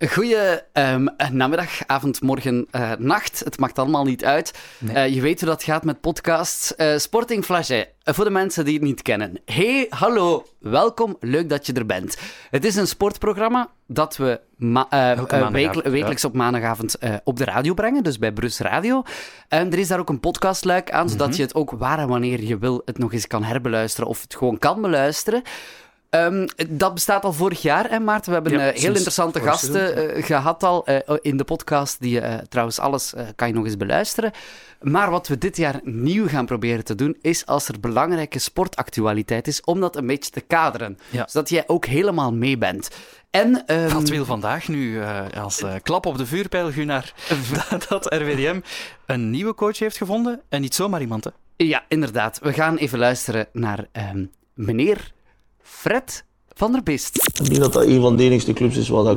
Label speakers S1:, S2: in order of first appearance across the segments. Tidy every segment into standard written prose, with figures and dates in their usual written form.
S1: Goeie namiddag, avond, morgen, nacht. Het maakt allemaal niet uit. Nee. Je weet hoe dat gaat met podcasts. Sporting Flagey, voor de mensen die het niet kennen. Hey, hallo, welkom, leuk dat je er bent. Het is een sportprogramma dat we wekelijks op maandagavond op de radio brengen, dus bij Brus Radio. Er is daar ook een podcastluik aan, zodat je het ook waar en wanneer je wil het nog eens kan herbeluisteren of het gewoon kan beluisteren. Dat bestaat al vorig jaar, hè, Maarten. We hebben heel interessante gasten gehad al in de podcast. Trouwens, alles kan je nog eens beluisteren. Maar wat we dit jaar nieuw gaan proberen te doen, is als er belangrijke sportactualiteit is, om dat een beetje te kaderen. Ja. Zodat jij ook helemaal mee bent. En,
S2: wat wil vandaag nu als klap op de vuurpijl, Gunnar, dat RWDM een nieuwe coach heeft gevonden en niet zomaar iemand, hè?
S1: Ja, inderdaad. We gaan even luisteren naar meneer Fred van der Bist.
S3: Ik denk dat dat een van de enigste clubs is waar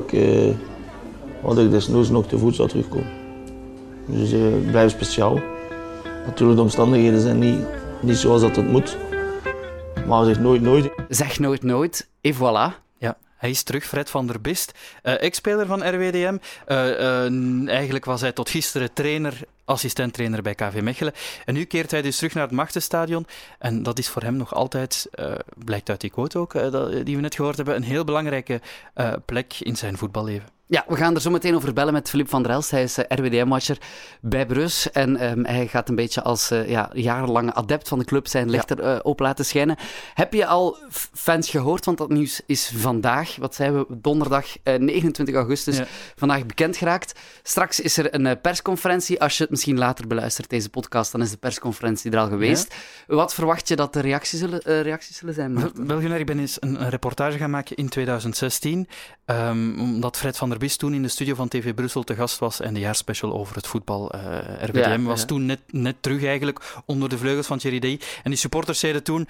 S3: ik desnoods nog te voet zou terugkomen. Dus het blijft speciaal. Natuurlijk, de omstandigheden zijn niet zoals dat het moet. Maar zeg nooit nooit.
S1: Zeg nooit nooit, et voilà.
S2: Ja, hij is terug, Fred van der Bist. Ex-speler van RWDM. Eigenlijk was hij tot gisteren assistent-trainer bij KV Mechelen. En nu keert hij dus terug naar het Machtenstadion. En dat is voor hem nog altijd, blijkt uit die quote ook, die we net gehoord hebben, een heel belangrijke plek in zijn voetballeven.
S1: Ja, we gaan er zo meteen over bellen met Filip van der Elst. Hij is RWDM-watcher bij Brus. En hij gaat een beetje als jarenlange adept van de club zijn lichter op laten schijnen. Heb je al fans gehoord? Want dat nieuws is vandaag, wat zijn we, donderdag 29 augustus, vandaag bekend geraakt. Straks is er een persconferentie. Als je het misschien later beluistert, deze podcast, dan is de persconferentie er al geweest. Ja. Wat verwacht je dat de reacties zullen zijn, Maarten?
S2: Wel, Gunnar, ik ben eens een reportage gaan maken in 2016, omdat Fred van der Bist toen in de studio van TV Brussel te gast was en de jaarspecial over het voetbal. RWDM was toen net terug eigenlijk onder de vleugels van Thierry Dey. En die supporters zeiden toen,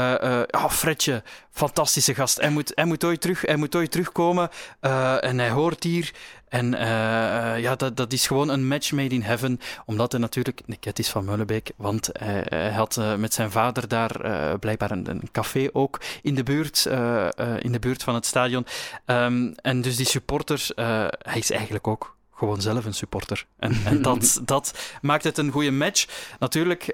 S2: Fredje, fantastische gast. Hij moet ooit terugkomen en hij hoort hier. En dat is gewoon een match made in heaven, omdat hij natuurlijk, het is van Meulenbeek, want hij had met zijn vader daar blijkbaar een café ook in de buurt van het stadion. En dus die supporters, hij is eigenlijk ook gewoon zelf een supporter. En dat maakt het een goede match. Natuurlijk,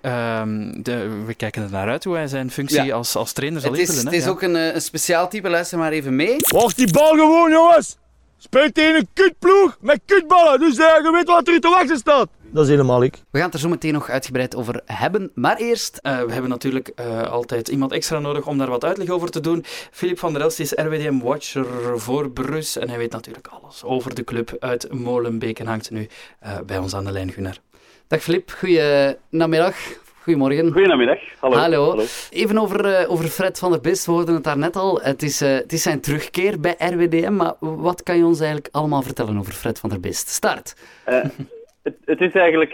S2: we kijken er naar uit hoe hij zijn functie als trainer zal invullen.
S1: Het is ook een speciaal type, luister maar even mee.
S4: Wacht die bal gewoon, jongens! Speelt tegen een kutploeg met kutballen, dus je weet wat er te wachten staat.
S3: Dat is helemaal ik.
S1: We gaan het er zo meteen nog uitgebreid over hebben, maar eerst...
S2: we hebben natuurlijk altijd iemand extra nodig om daar wat uitleg over te doen. Filip van der Elst is RWDM-watcher voor Brus en hij weet natuurlijk alles over de club uit Molenbeek en hangt nu bij ons aan de lijn, Gunnar.
S1: Dag Filip, goeiemiddag. Goedemorgen.
S5: Goedemiddag. Hallo.
S1: Even over Fred van der Bist, we hoorden het daarnet al. Het is zijn terugkeer bij RWDM, maar wat kan je ons eigenlijk allemaal vertellen over Fred van der Bist? Start.
S5: Het is eigenlijk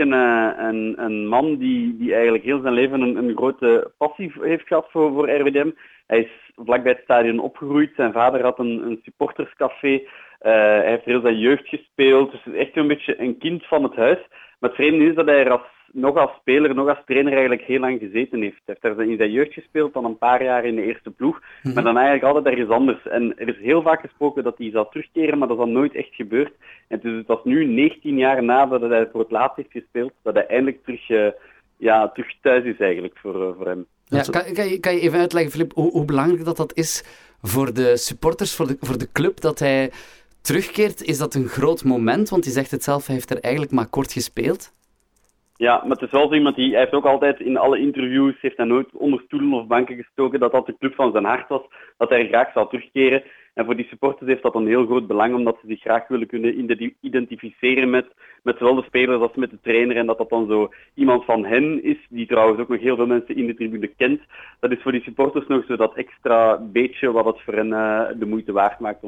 S5: een man die eigenlijk heel zijn leven een grote passie heeft gehad voor RWDM. Hij is vlakbij het stadion opgegroeid. Zijn vader had een supporterscafé. Hij heeft heel zijn jeugd gespeeld. Dus het is echt een beetje een kind van het huis. Maar het vreemde is dat hij er nog als speler, nog als trainer eigenlijk heel lang gezeten heeft. Hij heeft daar in zijn jeugd gespeeld, dan een paar jaar in de eerste ploeg, maar dan eigenlijk altijd ergens anders. En er is heel vaak gesproken dat hij zou terugkeren, maar dat is dan nooit echt gebeurd. En dus het was nu 19 jaar nadat hij voor het laatst heeft gespeeld, dat hij eindelijk terug thuis is eigenlijk voor hem.
S1: Ja, kan je even uitleggen, Filip, hoe belangrijk dat is voor de supporters, voor de club, dat hij terugkeert? Is dat een groot moment? Want je zegt het zelf, hij heeft er eigenlijk maar kort gespeeld.
S5: Ja, maar het is wel zo iemand hij heeft ook altijd in alle interviews, heeft hij nooit onder stoelen of banken gestoken, dat de club van zijn hart was, dat hij graag zou terugkeren. En voor die supporters heeft dat een heel groot belang, omdat ze zich graag willen kunnen identificeren met zowel de spelers als met de trainer. En dat dan zo iemand van hen is, die trouwens ook nog heel veel mensen in de tribune kent. Dat is voor die supporters nog zo dat extra beetje wat het voor hen de moeite waard maakt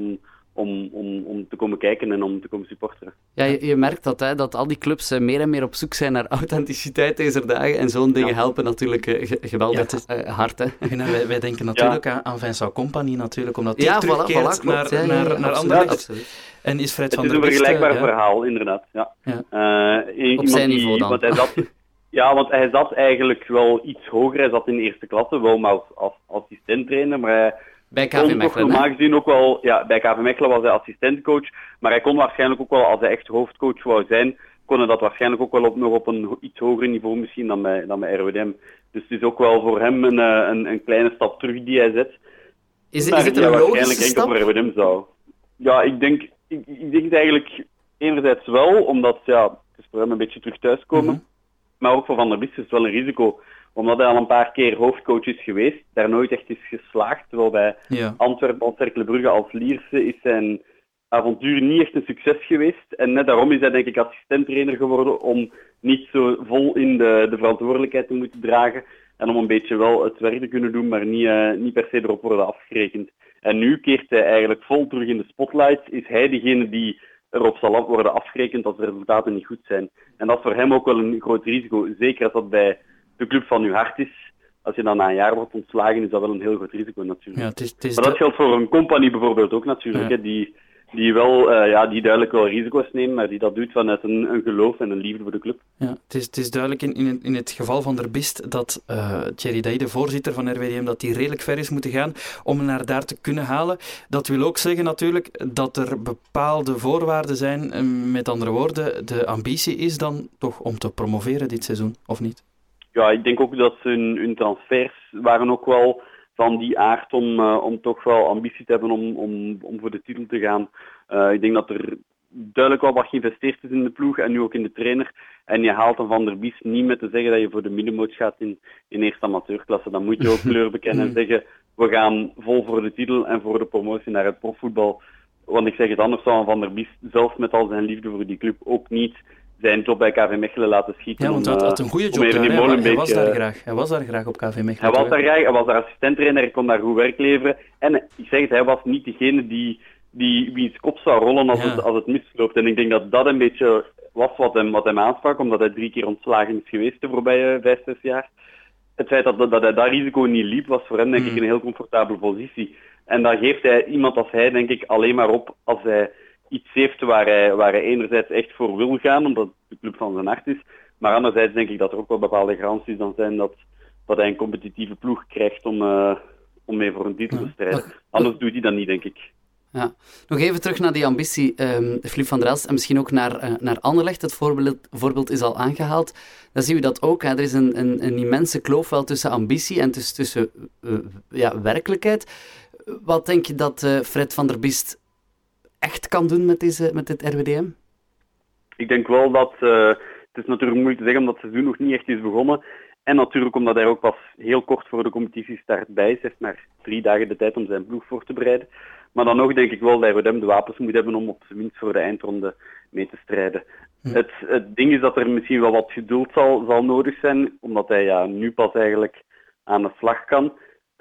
S5: om te komen kijken en om te komen supporteren.
S1: Ja, je merkt dat al die clubs meer en meer op zoek zijn naar authenticiteit deze dagen. En zo'n dingen helpen natuurlijk geweldig hard. Hè.
S2: Wij denken natuurlijk aan Vincent Company natuurlijk, omdat die terugkeert naar Anderlecht. En is Fred van der Bist...
S5: Het is een vergelijkbaar verhaal, inderdaad. Ja.
S1: Op zijn niveau dan.
S5: Want hij zat eigenlijk wel iets hoger. Hij zat in de eerste klasse, wel maar als assistent-trainer, maar
S1: Bij KV Mechelen,
S5: normaal gezien ook wel... Ja, bij KV Mechelen was hij assistentcoach, maar hij kon waarschijnlijk ook wel, als hij echt hoofdcoach wou zijn, kon hij dat waarschijnlijk ook wel nog op een iets hoger niveau misschien dan bij RWDM. Dus het is ook wel voor hem een kleine stap terug die hij zet.
S1: Is het een logische stap?
S5: Voor RWDM zou. Ja, ik denk het eigenlijk enerzijds wel, omdat het is voor hem een beetje terug thuiskomen.
S2: Mm-hmm.
S5: Maar ook voor Van der Biest is het wel een risico. Omdat hij al een paar keer hoofdcoach is geweest, daar nooit echt is geslaagd. Terwijl bij Antwerpen, als Cercle Brugge, als Lierse is zijn avontuur niet echt een succes geweest. En net daarom is hij denk ik assistenttrainer geworden om niet zo vol in de verantwoordelijkheid te moeten dragen. En om een beetje wel het werk te kunnen doen, maar niet per se erop worden afgerekend. En nu keert hij eigenlijk vol terug in de spotlight. Is hij degene die erop zal worden afgerekend als de resultaten niet goed zijn. En dat is voor hem ook wel een groot risico. Zeker als dat bij de club van uw hart is. Als je dan na een jaar wordt ontslagen, is dat wel een heel groot risico natuurlijk.
S2: Ja, het is
S5: maar dat geldt voor een compagnie bijvoorbeeld ook natuurlijk. Ja. Hè, die duidelijk wel risico's neemt, maar die dat doet vanuit een geloof en een liefde voor de club.
S2: Ja, het is duidelijk in het geval van der Biest dat Thierry Dailly, de voorzitter van RWDM, dat die redelijk ver is moeten gaan om naar daar te kunnen halen. Dat wil ook zeggen natuurlijk dat er bepaalde voorwaarden zijn. Met andere woorden, de ambitie is dan toch om te promoveren dit seizoen, of niet?
S5: Ja, ik denk ook dat hun transfers waren ook wel van die aard om toch wel ambitie te hebben om voor de titel te gaan. Ik denk dat er duidelijk wel wat geïnvesteerd is in de ploeg en nu ook in de trainer. En je haalt dan Van der Biest niet met te zeggen dat je voor de middenmoot gaat in eerste amateurklasse. Dan moet je ook kleur bekennen en zeggen, we gaan vol voor de titel en voor de promotie naar het profvoetbal. Want ik zeg het anders, zou Van der Biest zelfs met al zijn liefde voor die club ook niet zijn job bij KV Mechelen laten schieten.
S2: Ja, want hij had een goede job daar. Hij was daar graag. Hij was daar graag op KV Mechelen.
S5: Hij was daar assistenttrainer, hij kon daar goed werk leveren. En ik zeg het, hij was niet degene die wiens kop zou rollen als het misloopt. En ik denk dat dat een beetje was wat hem aansprak, omdat hij 3 keer ontslagen is geweest de voorbije 5-6 jaar. Het feit dat hij dat risico niet liep, was voor hem denk ik een heel comfortabele positie. En dan geeft hij iemand als hij denk ik alleen maar op als hij iets heeft waar hij enerzijds echt voor wil gaan, omdat het de club van zijn hart is. Maar anderzijds denk ik dat er ook wel bepaalde garanties dan zijn dat hij een competitieve ploeg krijgt om mee voor een titel te strijden. Anders doet hij dat niet, denk ik.
S1: Ja. Nog even terug naar die ambitie, Filip van der Elst, en misschien ook naar Anderlecht. Het voorbeeld is al aangehaald. Dan zien we dat ook. Hè. Er is een immense kloof wel tussen ambitie en tussen werkelijkheid. Wat denk je dat Fred van der Biest echt kan doen met dit RWDM?
S5: Ik denk wel dat... het is natuurlijk moeilijk te zeggen omdat het seizoen nog niet echt is begonnen. En natuurlijk omdat hij ook pas heel kort voor de competitiestart bij is. Hij heeft maar 3 dagen de tijd om zijn ploeg voor te bereiden. Maar dan nog denk ik wel dat RWDM de wapens moet hebben om op zijn minst voor de eindronde mee te strijden. Het ding is dat er misschien wel wat geduld zal nodig zijn, omdat hij nu pas eigenlijk aan de slag kan.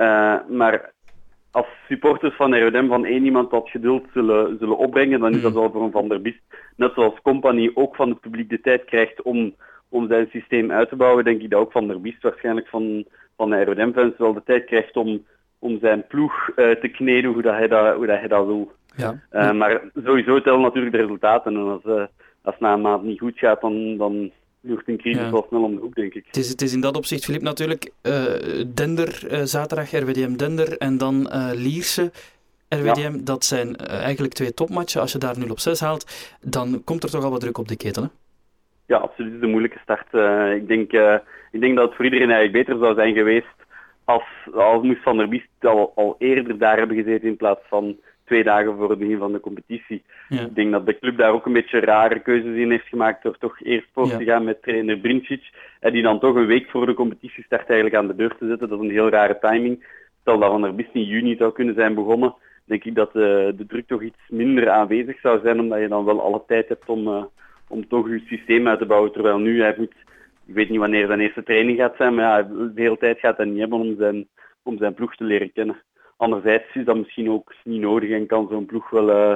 S5: Maar als supporters van RWDM van één iemand dat geduld zullen opbrengen, dan is dat wel voor een Van der Biest. Net zoals Compagnie ook van het publiek de tijd krijgt om zijn systeem uit te bouwen, denk ik dat ook Van der Biest waarschijnlijk van de RWDM-fans wel de tijd krijgt om zijn ploeg te kneden hoe hij dat wil. Ja. Maar sowieso tellen natuurlijk de resultaten. En als het na een maand niet goed gaat, dan lucht een crisis wel snel om de hoek, denk ik.
S2: Het is in dat opzicht, Filip, natuurlijk Dender, zaterdag RWDM Dender en dan Lierse RWDM. Ja. Dat zijn eigenlijk 2 topmatchen. Als je daar 0-6 haalt, dan komt er toch al wat druk op de ketel, hè?
S5: Ja, absoluut. Het is een moeilijke start. Ik denk dat het voor iedereen eigenlijk beter zou zijn geweest als moest Van der Biest al eerder daar hebben gezeten in plaats van 2 dagen voor het begin van de competitie. Ja. Ik denk dat de club daar ook een beetje rare keuzes in heeft gemaakt door toch eerst voor te gaan met trainer Brincic en die dan toch een week voor de competitiestart eigenlijk aan de deur te zetten. Dat is een heel rare timing. Stel dat Van der Biest in juni zou kunnen zijn begonnen, denk ik dat de druk toch iets minder aanwezig zou zijn, omdat je dan wel alle tijd hebt om toch je systeem uit te bouwen. Terwijl nu, ik weet niet wanneer zijn eerste training gaat zijn, maar de hele tijd gaat hij niet hebben om zijn ploeg te leren kennen. Anderzijds is dat misschien ook niet nodig en kan zo'n ploeg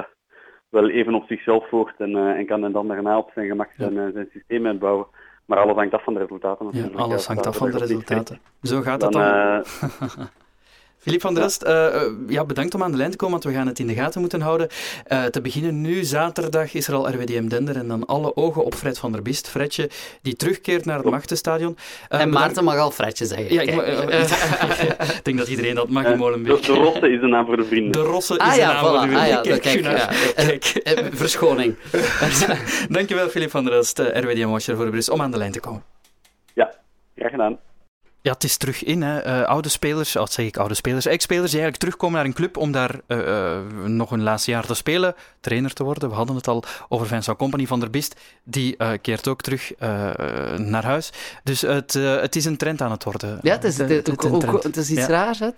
S5: wel even op zichzelf voort en kan hij dan daarna op zijn gemak zijn systeem uitbouwen. Maar alles hangt af van de resultaten natuurlijk.
S2: Ja, alles hangt af van de resultaten. Zo gaat het dan. Filip van der Elst, bedankt om aan de lijn te komen, want we gaan het in de gaten moeten houden. Te beginnen nu, zaterdag, is er al RWDM Dender en dan alle ogen op Fred van der Bist. Fredje, die terugkeert naar het Machtenstadion.
S1: En Maarten mag al Fredje zeggen.
S2: Ja, ik denk dat iedereen dat mag in Molenbeek.
S5: De Rosse is de naam voor de vrienden.
S2: De Rosse is de naam voor de vrienden.
S1: Kijk. Verschoning.
S2: Dankjewel, Filip van der Elst, RWDM-watcher voor de Brus, om aan de lijn te komen.
S5: Ja, graag gedaan.
S2: Ja, het is terug in. Oude spelers, ex-spelers die eigenlijk terugkomen naar een club om daar nog een laatste jaar te spelen, trainer te worden. We hadden het al over Vincent Kompany. Van der Bist, die keert ook terug naar huis. Dus het is een trend aan het worden.
S1: Ja, het is iets raars. Hè?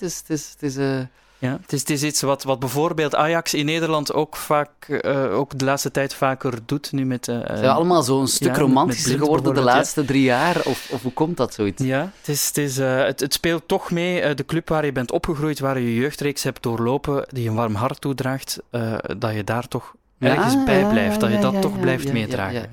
S2: Het is iets wat bijvoorbeeld Ajax in Nederland ook ook de laatste tijd vaker doet. Nu met,
S1: het is allemaal zo'n stuk romantischer geworden de laatste 3 jaar. Of hoe komt dat zoiets?
S2: Ja, het speelt toch mee. De club waar je bent opgegroeid, waar je jeugdreeks hebt doorlopen, die een warm hart toedraagt, dat je daar toch ergens bij blijft. Dat je dat toch blijft meedragen.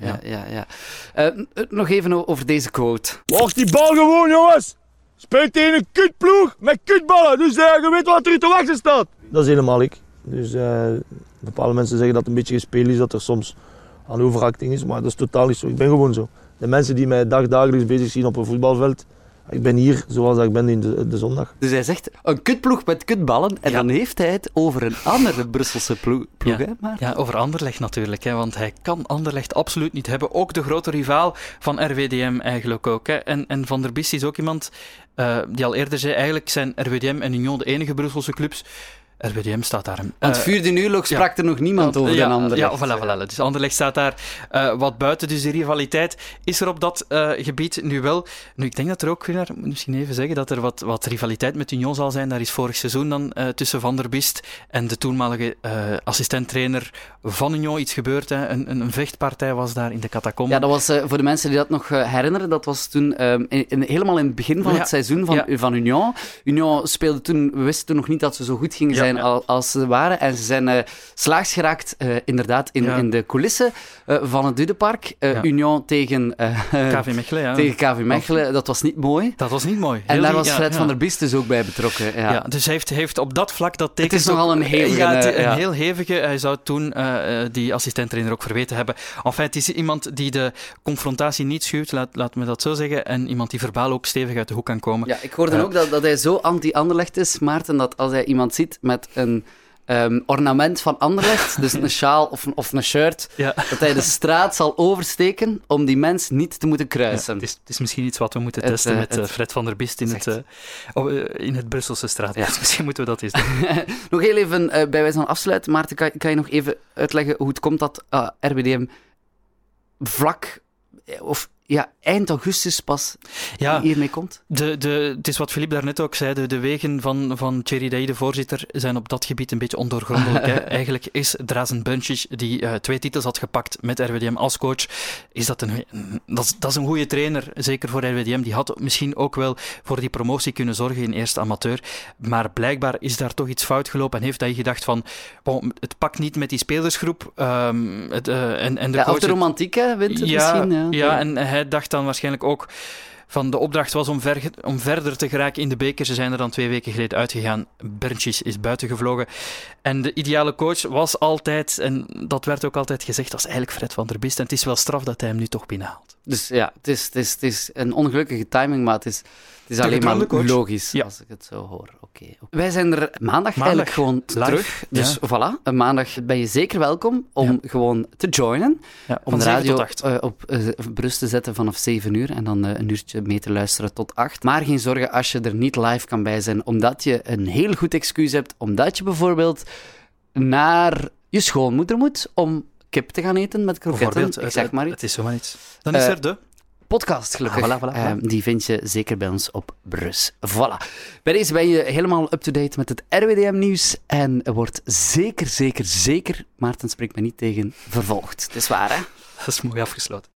S1: Nog even over deze quote.
S4: Wacht die bal gewoon, jongens! Speel tegen een kutploeg met kutballen, dus je weet wat er te wachten staat.
S3: Dat is helemaal ik. Dus bepaalde mensen zeggen dat het een beetje gespeeld is, dat er soms aan overacting is, maar dat is totaal niet zo. Ik ben gewoon zo. De mensen die mij dagelijks bezig zien op een voetbalveld, ik ben hier zoals ik ben in de zondag.
S1: Dus hij zegt een kutploeg met kutballen en dan heeft hij het over een andere Brusselse ploeg. Hè, maar...
S2: Ja, over Anderlecht natuurlijk, hè, want hij kan Anderlecht absoluut niet hebben. Ook de grote rivaal van RWDM eigenlijk ook. Hè. En Van der Bist is ook iemand die al eerder zei, eigenlijk zijn RWDM en Union de enige Brusselse clubs. RWDM staat daar.
S1: Want vuur de uurlog sprak er nog niemand over de Anderlecht.
S2: Ja, voilà. Dus Anderlecht staat daar wat buiten. Dus de rivaliteit is er op dat gebied nu wel. Nu, ik denk dat er ook, misschien even zeggen, dat er wat rivaliteit met Union zal zijn. Daar is vorig seizoen dan tussen Van der Bist en de toenmalige assistent-trainer van Union iets gebeurd. Hè. Een vechtpartij was daar in de catacomben.
S1: Ja, dat was voor de mensen die dat nog herinneren, dat was toen helemaal in het begin van het seizoen van Union. Union speelde toen, we wisten toen nog niet dat ze zo goed gingen zijn als ze waren. En ze zijn slaags geraakt, inderdaad, in de coulissen van het Dudepark. Union tegen
S2: KV Mechelen. Ja.
S1: Tegen KV Mechelen. Dat was niet mooi.
S2: Dat was niet mooi.
S1: En daar was Fred van der Bist dus ook bij betrokken. Ja.
S2: Dus hij heeft op dat vlak dat teken...
S1: Het is nogal een hevige...
S2: een heel hevige. Hij zou toen die assistent-trainer ook verweten hebben. Enfin, het is iemand die de confrontatie niet schuwt, laat me dat zo zeggen, en iemand die verbaal ook stevig uit de hoek kan komen.
S1: Ja, ik hoorde ook dat hij zo anti-Anderlecht is, Maarten, dat als hij iemand ziet met een ornament van Anderlecht, dus een sjaal of een shirt, dat hij de straat zal oversteken om die mens niet te moeten kruisen.
S2: Het is misschien iets wat we moeten testen met Fred van der Bist in het Brusselse straat. Ja. Dus misschien moeten we dat eens doen.
S1: Nog heel even bij wijze van afsluiten, Maarten, kan je nog even uitleggen hoe het komt dat RWDM vlak of eind augustus pas hiermee komt?
S2: Het is wat Philippe daarnet ook zei. De wegen van Thierry Dailly, de voorzitter, zijn op dat gebied een beetje ondoorgrondelijk. Hè. Eigenlijk is Drazen Buncic, die 2 titels had gepakt met RWDM als coach, dat is een goede trainer, zeker voor RWDM. Die had misschien ook wel voor die promotie kunnen zorgen in eerste amateur. Maar blijkbaar is daar toch iets fout gelopen en heeft hij gedacht van, het pakt niet met die spelersgroep. En de coach,
S1: of de romantiek, hè, wint het misschien.
S2: Ja, en hij dacht dan waarschijnlijk ook van de opdracht was om verder te geraken in de beker. Ze zijn er dan 2 weken geleden uitgegaan. Buncic is buiten gevlogen. En de ideale coach was altijd, en dat werd ook altijd gezegd, dat is eigenlijk Fred van der Bist. En het is wel straf dat hij hem nu toch binnenhaalt.
S1: Dus ja, het is een ongelukkige timing, maar het is alleen maar logisch als ik het zo hoor. Okay. Wij zijn er maandag eigenlijk gewoon terug. Dus voilà, maandag ben je zeker welkom om gewoon te joinen. Ja, om de radio op Brust te zetten vanaf 7 uur en dan een uurtje mee te luisteren tot 8. Maar geen zorgen als je er niet live kan bij zijn, omdat je een heel goed excuus hebt, omdat je bijvoorbeeld naar je schoonmoeder moet om kip te gaan eten met kroketten. Ik zeg maar iets.
S2: Het is zomaar iets. Dan is er de
S1: podcast, gelukkig. Voilà. Die vind je zeker bij ons op Brus. Voilà. Bij deze ben je helemaal up-to-date met het RWDM-nieuws en wordt zeker, Maarten spreekt me niet tegen, vervolgd. Het is waar, hè?
S2: Dat is mooi afgesloten.